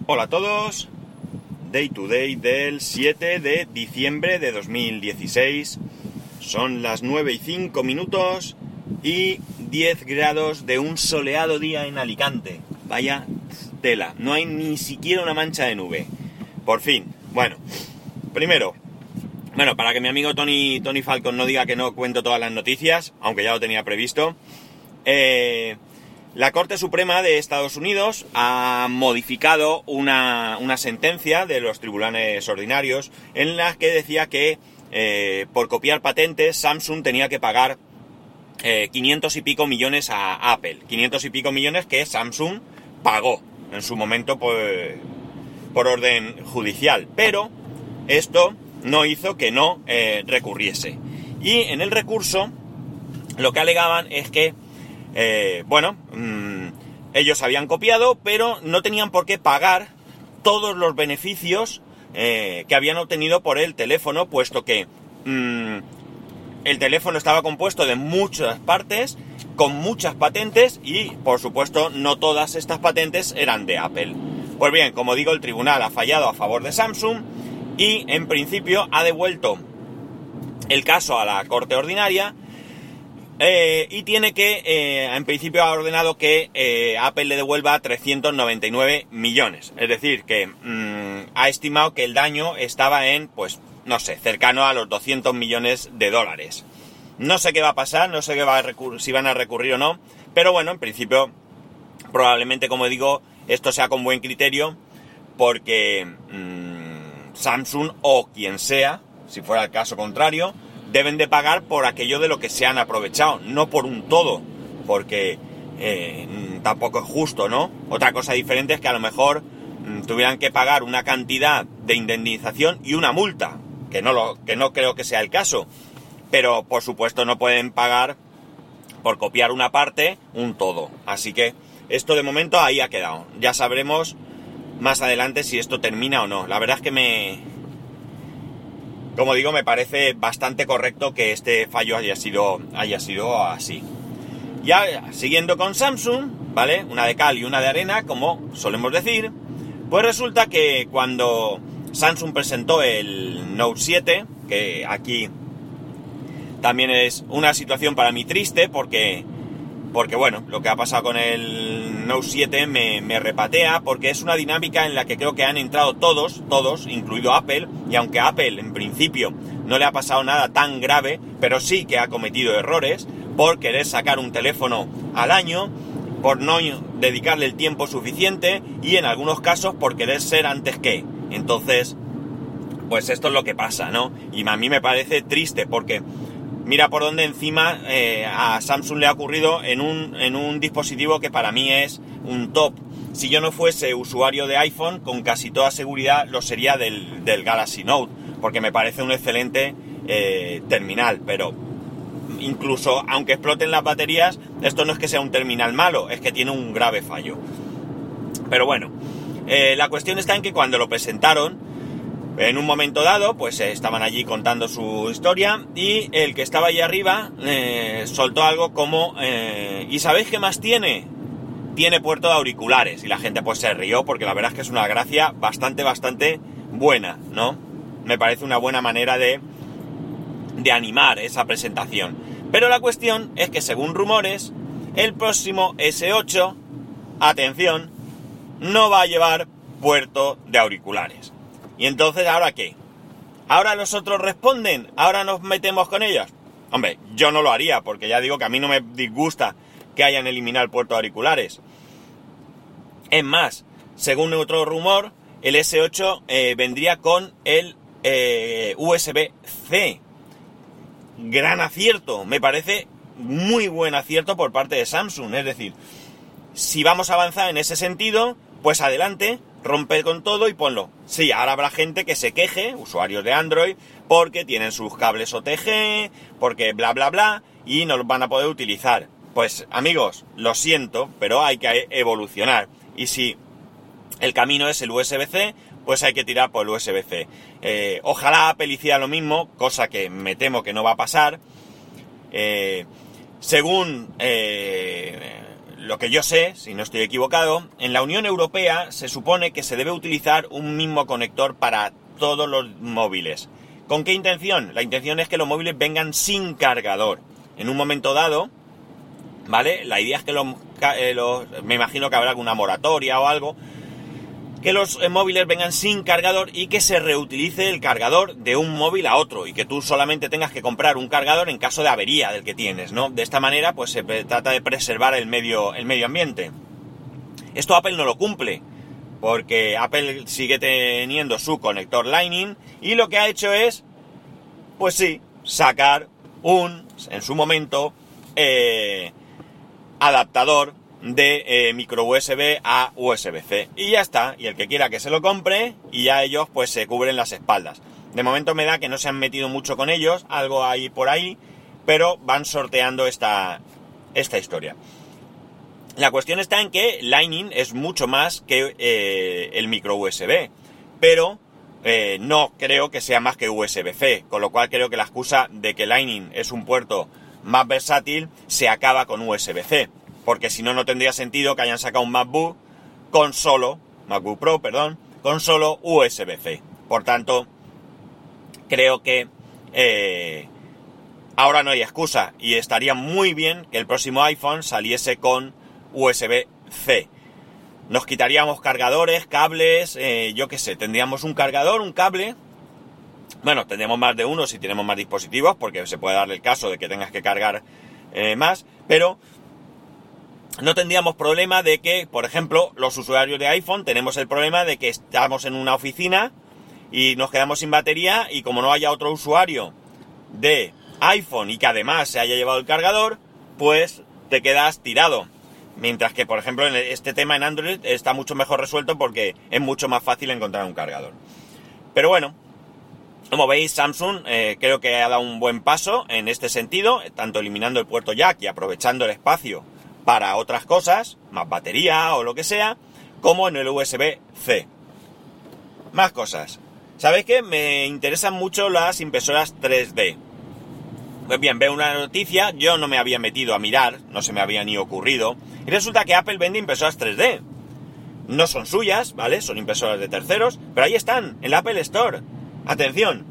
Hola a todos, Day to Day del 7 de diciembre de 2016, son las 9:05 y 10 grados de un soleado día en Alicante. Vaya tela, no hay ni siquiera una mancha de nube, por fin. Bueno, primero, para que mi amigo Tony Falcon no diga que no cuento todas las noticias, aunque ya lo tenía previsto, la Corte Suprema de Estados Unidos ha modificado una sentencia de los tribunales ordinarios en la que decía que por copiar patentes Samsung tenía que pagar 500 y pico millones a Apple. 500 y pico millones que Samsung pagó en su momento por orden judicial. Pero esto no hizo que no recurriese. Y en el recurso lo que alegaban es que ellos habían copiado, pero no tenían por qué pagar todos los beneficios que habían obtenido por el teléfono, puesto que el teléfono estaba compuesto de muchas partes, con muchas patentes, y por supuesto no todas estas patentes eran de Apple. Pues bien, como digo, el tribunal ha fallado a favor de Samsung y en principio ha devuelto el caso a la Corte Ordinaria. Y tiene que, en principio ha ordenado que Apple le devuelva 399 millones. Es decir, que ha estimado que el daño estaba en, pues, no sé, cercano a los 200 millones de dólares. No sé qué va a pasar, no sé si van a recurrir o no, pero bueno, en principio, probablemente, como digo, esto sea con buen criterio, porque Samsung o quien sea, si fuera el caso contrario, deben de pagar por aquello de lo que se han aprovechado, no por un todo, porque tampoco es justo, ¿no? Otra cosa diferente es que a lo mejor tuvieran que pagar una cantidad de indemnización y una multa, que no creo que sea el caso, pero por supuesto no pueden pagar por copiar una parte un todo. Así que esto de momento ahí ha quedado. Ya sabremos más adelante si esto termina o no. La verdad es que como digo, me parece bastante correcto que este fallo haya sido así. Ya siguiendo con Samsung, ¿vale? Una de cal y una de arena, como solemos decir, pues resulta que cuando Samsung presentó el Note 7, que aquí también es una situación para mí triste, porque bueno, lo que ha pasado con el Note 7 me repatea, porque es una dinámica en la que creo que han entrado todos, incluido Apple, y aunque a Apple en principio no le ha pasado nada tan grave, pero sí que ha cometido errores por querer sacar un teléfono al año, por no dedicarle el tiempo suficiente y en algunos casos por querer ser antes que. Entonces, pues esto es lo que pasa, ¿no? Y a mí me parece triste porque mira por dónde encima a Samsung le ha ocurrido en un dispositivo que para mí es un top. Si yo no fuese usuario de iPhone, con casi toda seguridad lo sería del Galaxy Note, porque me parece un excelente terminal, pero incluso aunque exploten las baterías, esto no es que sea un terminal malo, es que tiene un grave fallo. Pero bueno, la cuestión está en que cuando lo presentaron, en un momento dado, pues estaban allí contando su historia y el que estaba allí arriba soltó algo como ¿y sabéis qué más tiene? Tiene puerto de auriculares. Y la gente pues se rió porque la verdad es que es una gracia bastante buena, ¿no? Me parece una buena manera de animar esa presentación. Pero la cuestión es que según rumores, el próximo S8, atención, no va a llevar puerto de auriculares. Y entonces, ¿ahora qué? ¿Ahora los otros responden? ¿Ahora nos metemos con ellos? Hombre, yo no lo haría, porque ya digo que a mí no me disgusta que hayan eliminado el puerto de auriculares. Es más, según otro rumor, el S8 vendría con el USB-C. Gran acierto, me parece muy buen acierto por parte de Samsung. Es decir, si vamos a avanzar en ese sentido, pues adelante, rompe con todo y ponlo. Sí, ahora habrá gente que se queje, usuarios de Android, porque tienen sus cables OTG, porque bla bla bla, y no los van a poder utilizar. Pues amigos, lo siento, pero hay que evolucionar. Y si el camino es el USB-C, pues hay que tirar por el USB-C. Ojalá Apple hiciera lo mismo, cosa que me temo que no va a pasar. Según lo que yo sé, si no estoy equivocado, en la Unión Europea se supone que se debe utilizar un mismo conector para todos los móviles. ¿Con qué intención? La intención es que los móviles vengan sin cargador. En un momento dado, ¿vale? La idea es que me imagino que habrá alguna moratoria o algo, que los móviles vengan sin cargador y que se reutilice el cargador de un móvil a otro y que tú solamente tengas que comprar un cargador en caso de avería del que tienes, ¿no? De esta manera, pues se trata de preservar el medio ambiente. Esto Apple no lo cumple, porque Apple sigue teniendo su conector Lightning y lo que ha hecho es, pues sí, sacar en su momento, adaptador de micro USB a USB-C y ya está, y el que quiera que se lo compre y ya ellos pues se cubren las espaldas. De momento me da que no se han metido mucho con ellos, algo hay por ahí, pero van sorteando esta historia. La cuestión está en que Lightning es mucho más que el micro USB, pero no creo que sea más que USB-C, con lo cual creo que la excusa de que Lightning es un puerto más versátil se acaba con USB-C. Porque si no, no tendría sentido que hayan sacado un MacBook Pro, con solo USB-C. Por tanto, creo que ahora no hay excusa y estaría muy bien que el próximo iPhone saliese con USB-C. Nos quitaríamos cargadores, cables, yo qué sé, tendríamos un cargador, un cable. Bueno, tendríamos más de uno si tenemos más dispositivos, porque se puede dar el caso de que tengas que cargar más, pero no tendríamos problema de que, por ejemplo, los usuarios de iPhone tenemos el problema de que estamos en una oficina y nos quedamos sin batería y como no haya otro usuario de iPhone y que además se haya llevado el cargador, pues te quedas tirado. Mientras que, por ejemplo, en este tema en Android está mucho mejor resuelto porque es mucho más fácil encontrar un cargador. Pero bueno, como veis, Samsung creo que ha dado un buen paso en este sentido, tanto eliminando el puerto jack y aprovechando el espacio para otras cosas, más batería o lo que sea, como en el USB-C. Más cosas. ¿Sabéis qué? Me interesan mucho las impresoras 3D. Pues bien, veo una noticia, yo no me había metido a mirar, no se me había ni ocurrido, y resulta que Apple vende impresoras 3D. No son suyas, ¿vale? Son impresoras de terceros, pero ahí están, en la Apple Store. Atención,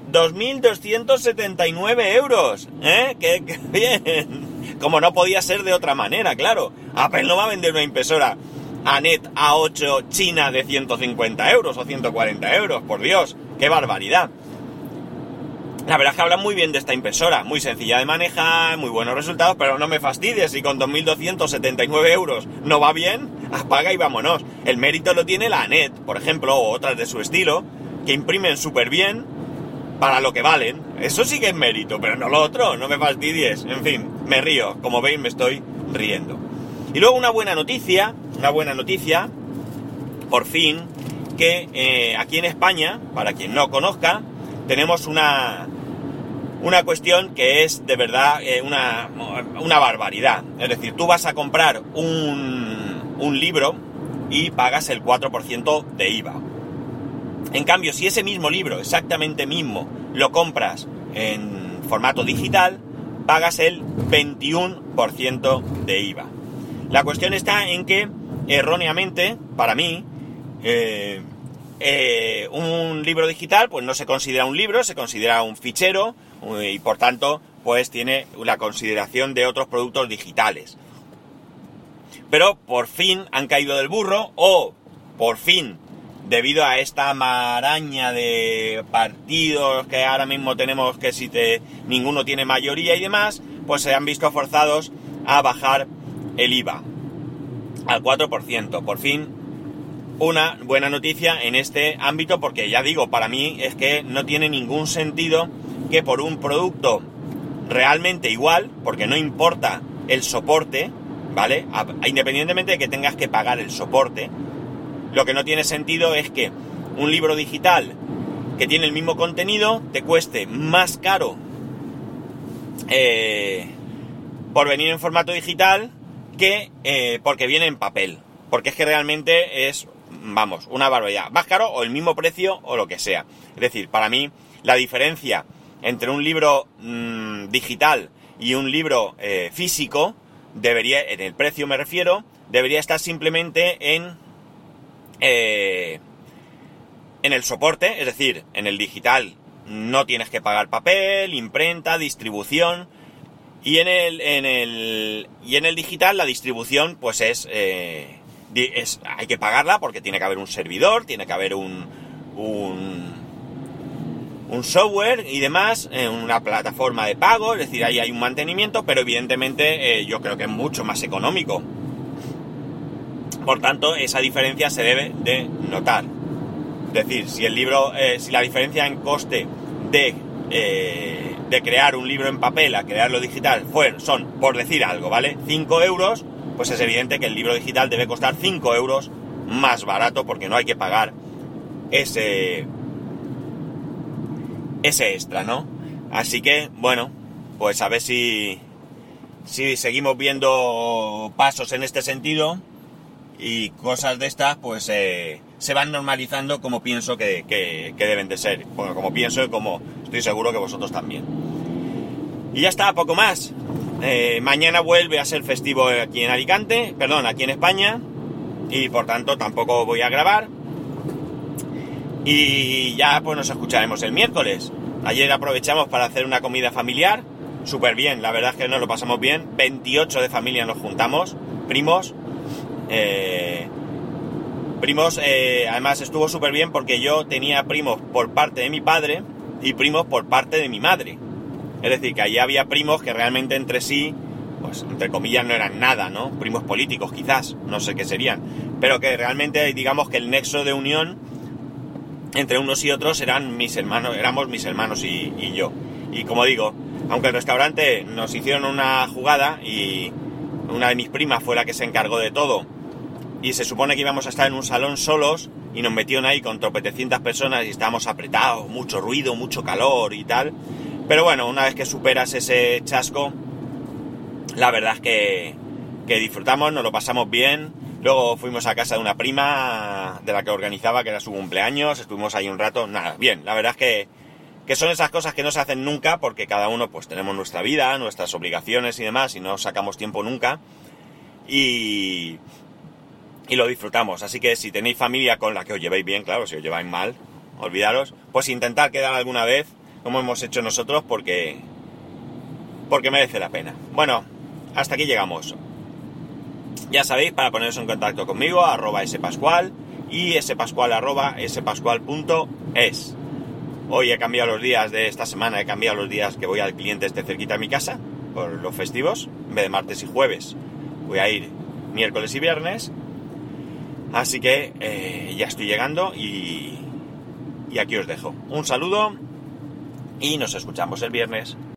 2.279 euros, ¿eh? ¡Qué bien! Como no podía ser de otra manera, claro. Apple no va a vender una impresora ANET A8 china de 150 euros o 140 euros, por Dios, qué barbaridad. La verdad es que hablan muy bien de esta impresora, muy sencilla de manejar, muy buenos resultados, pero no me fastidies, si con 2.279 euros no va bien, apaga y vámonos. El mérito lo tiene la ANET, por ejemplo, o otras de su estilo, que imprimen súper bien para lo que valen. Eso sí que es mérito, pero no lo otro, no me fastidies. En fin, me río, como veis me estoy riendo. Y luego una buena noticia, por fin, que aquí en España, para quien no conozca, tenemos una cuestión que es de verdad una barbaridad. Es decir, tú vas a comprar un libro y pagas el 4% de IVA. En cambio, si ese mismo libro, exactamente mismo, lo compras en formato digital, pagas el 21% de IVA. La cuestión está en que, erróneamente, para mí, un libro digital pues no se considera un libro, se considera un fichero y por tanto pues tiene la consideración de otros productos digitales. Pero por fin han caído del burro, o por fin, debido a esta maraña de partidos que ahora mismo tenemos, que ninguno tiene mayoría y demás, pues se han visto forzados a bajar el IVA al 4%. Por fin, una buena noticia en este ámbito, porque ya digo, para mí es que no tiene ningún sentido que por un producto realmente igual, porque no importa el soporte, ¿vale? Independientemente de que tengas que pagar el soporte, lo que no tiene sentido es que un libro digital que tiene el mismo contenido te cueste más caro por venir en formato digital que porque viene en papel. Porque es que realmente es, vamos, una barbaridad. Más caro o el mismo precio o lo que sea. Es decir, para mí la diferencia entre un libro digital y un libro físico debería, en el precio me refiero, debería estar simplemente en el soporte, es decir, en el digital no tienes que pagar papel, imprenta, distribución, y en el digital la distribución pues hay que pagarla porque tiene que haber un servidor, tiene que haber un software y demás, una plataforma de pago, es decir, ahí hay un mantenimiento, pero evidentemente yo creo que es mucho más económico. Por tanto, esa diferencia se debe de notar. Es decir, si la diferencia en coste de crear un libro en papel a crearlo digital son, por decir algo, ¿vale? 5 euros, pues es evidente que el libro digital debe costar 5 euros más barato porque no hay que pagar ese extra, ¿no? Así que, bueno, pues a ver si seguimos viendo pasos en este sentido y cosas de estas, pues se van normalizando como pienso que deben de ser. Bueno, como pienso y como estoy seguro que vosotros también. Y ya está, poco más. Mañana vuelve a ser festivo aquí en aquí en España, y por tanto tampoco voy a grabar. Y ya pues nos escucharemos el miércoles. Ayer aprovechamos para hacer una comida familiar, súper bien, la verdad es que nos lo pasamos bien. 28 de familia nos juntamos, primos. Además estuvo súper bien porque yo tenía primos por parte de mi padre y primos por parte de mi madre. Es decir, que allí había primos que realmente entre sí, pues entre comillas no eran nada, ¿no? Primos políticos quizás, no sé qué serían. Pero que realmente digamos que el nexo de unión entre unos y otros éramos mis hermanos y yo. Y como digo, aunque el restaurante nos hicieron una jugada y una de mis primas fue la que se encargó de todo, y se supone que íbamos a estar en un salón solos y nos metieron ahí con tropecientas personas y estábamos apretados, mucho ruido, mucho calor y tal. Pero bueno, una vez que superas ese chasco, la verdad es que disfrutamos, nos lo pasamos bien. Luego fuimos a casa de una prima de la que organizaba, que era su cumpleaños, estuvimos ahí un rato, nada, bien. La verdad es que son esas cosas que no se hacen nunca porque cada uno pues tenemos nuestra vida, nuestras obligaciones y demás y no sacamos tiempo nunca. Y lo disfrutamos. Así que si tenéis familia con la que os llevéis bien, claro, si os lleváis mal, olvidaros, pues intentad quedar alguna vez como hemos hecho nosotros porque merece la pena. Bueno, hasta aquí llegamos. Ya sabéis, para poneros en contacto conmigo, @spascual y spascual@spascual.es. Hoy he cambiado los días de esta semana, he cambiado los días que voy al cliente cerquita a mi casa, por los festivos, en vez de martes y jueves. Voy a ir miércoles y viernes. Así que ya estoy llegando y aquí os dejo. Un saludo y nos escuchamos el viernes.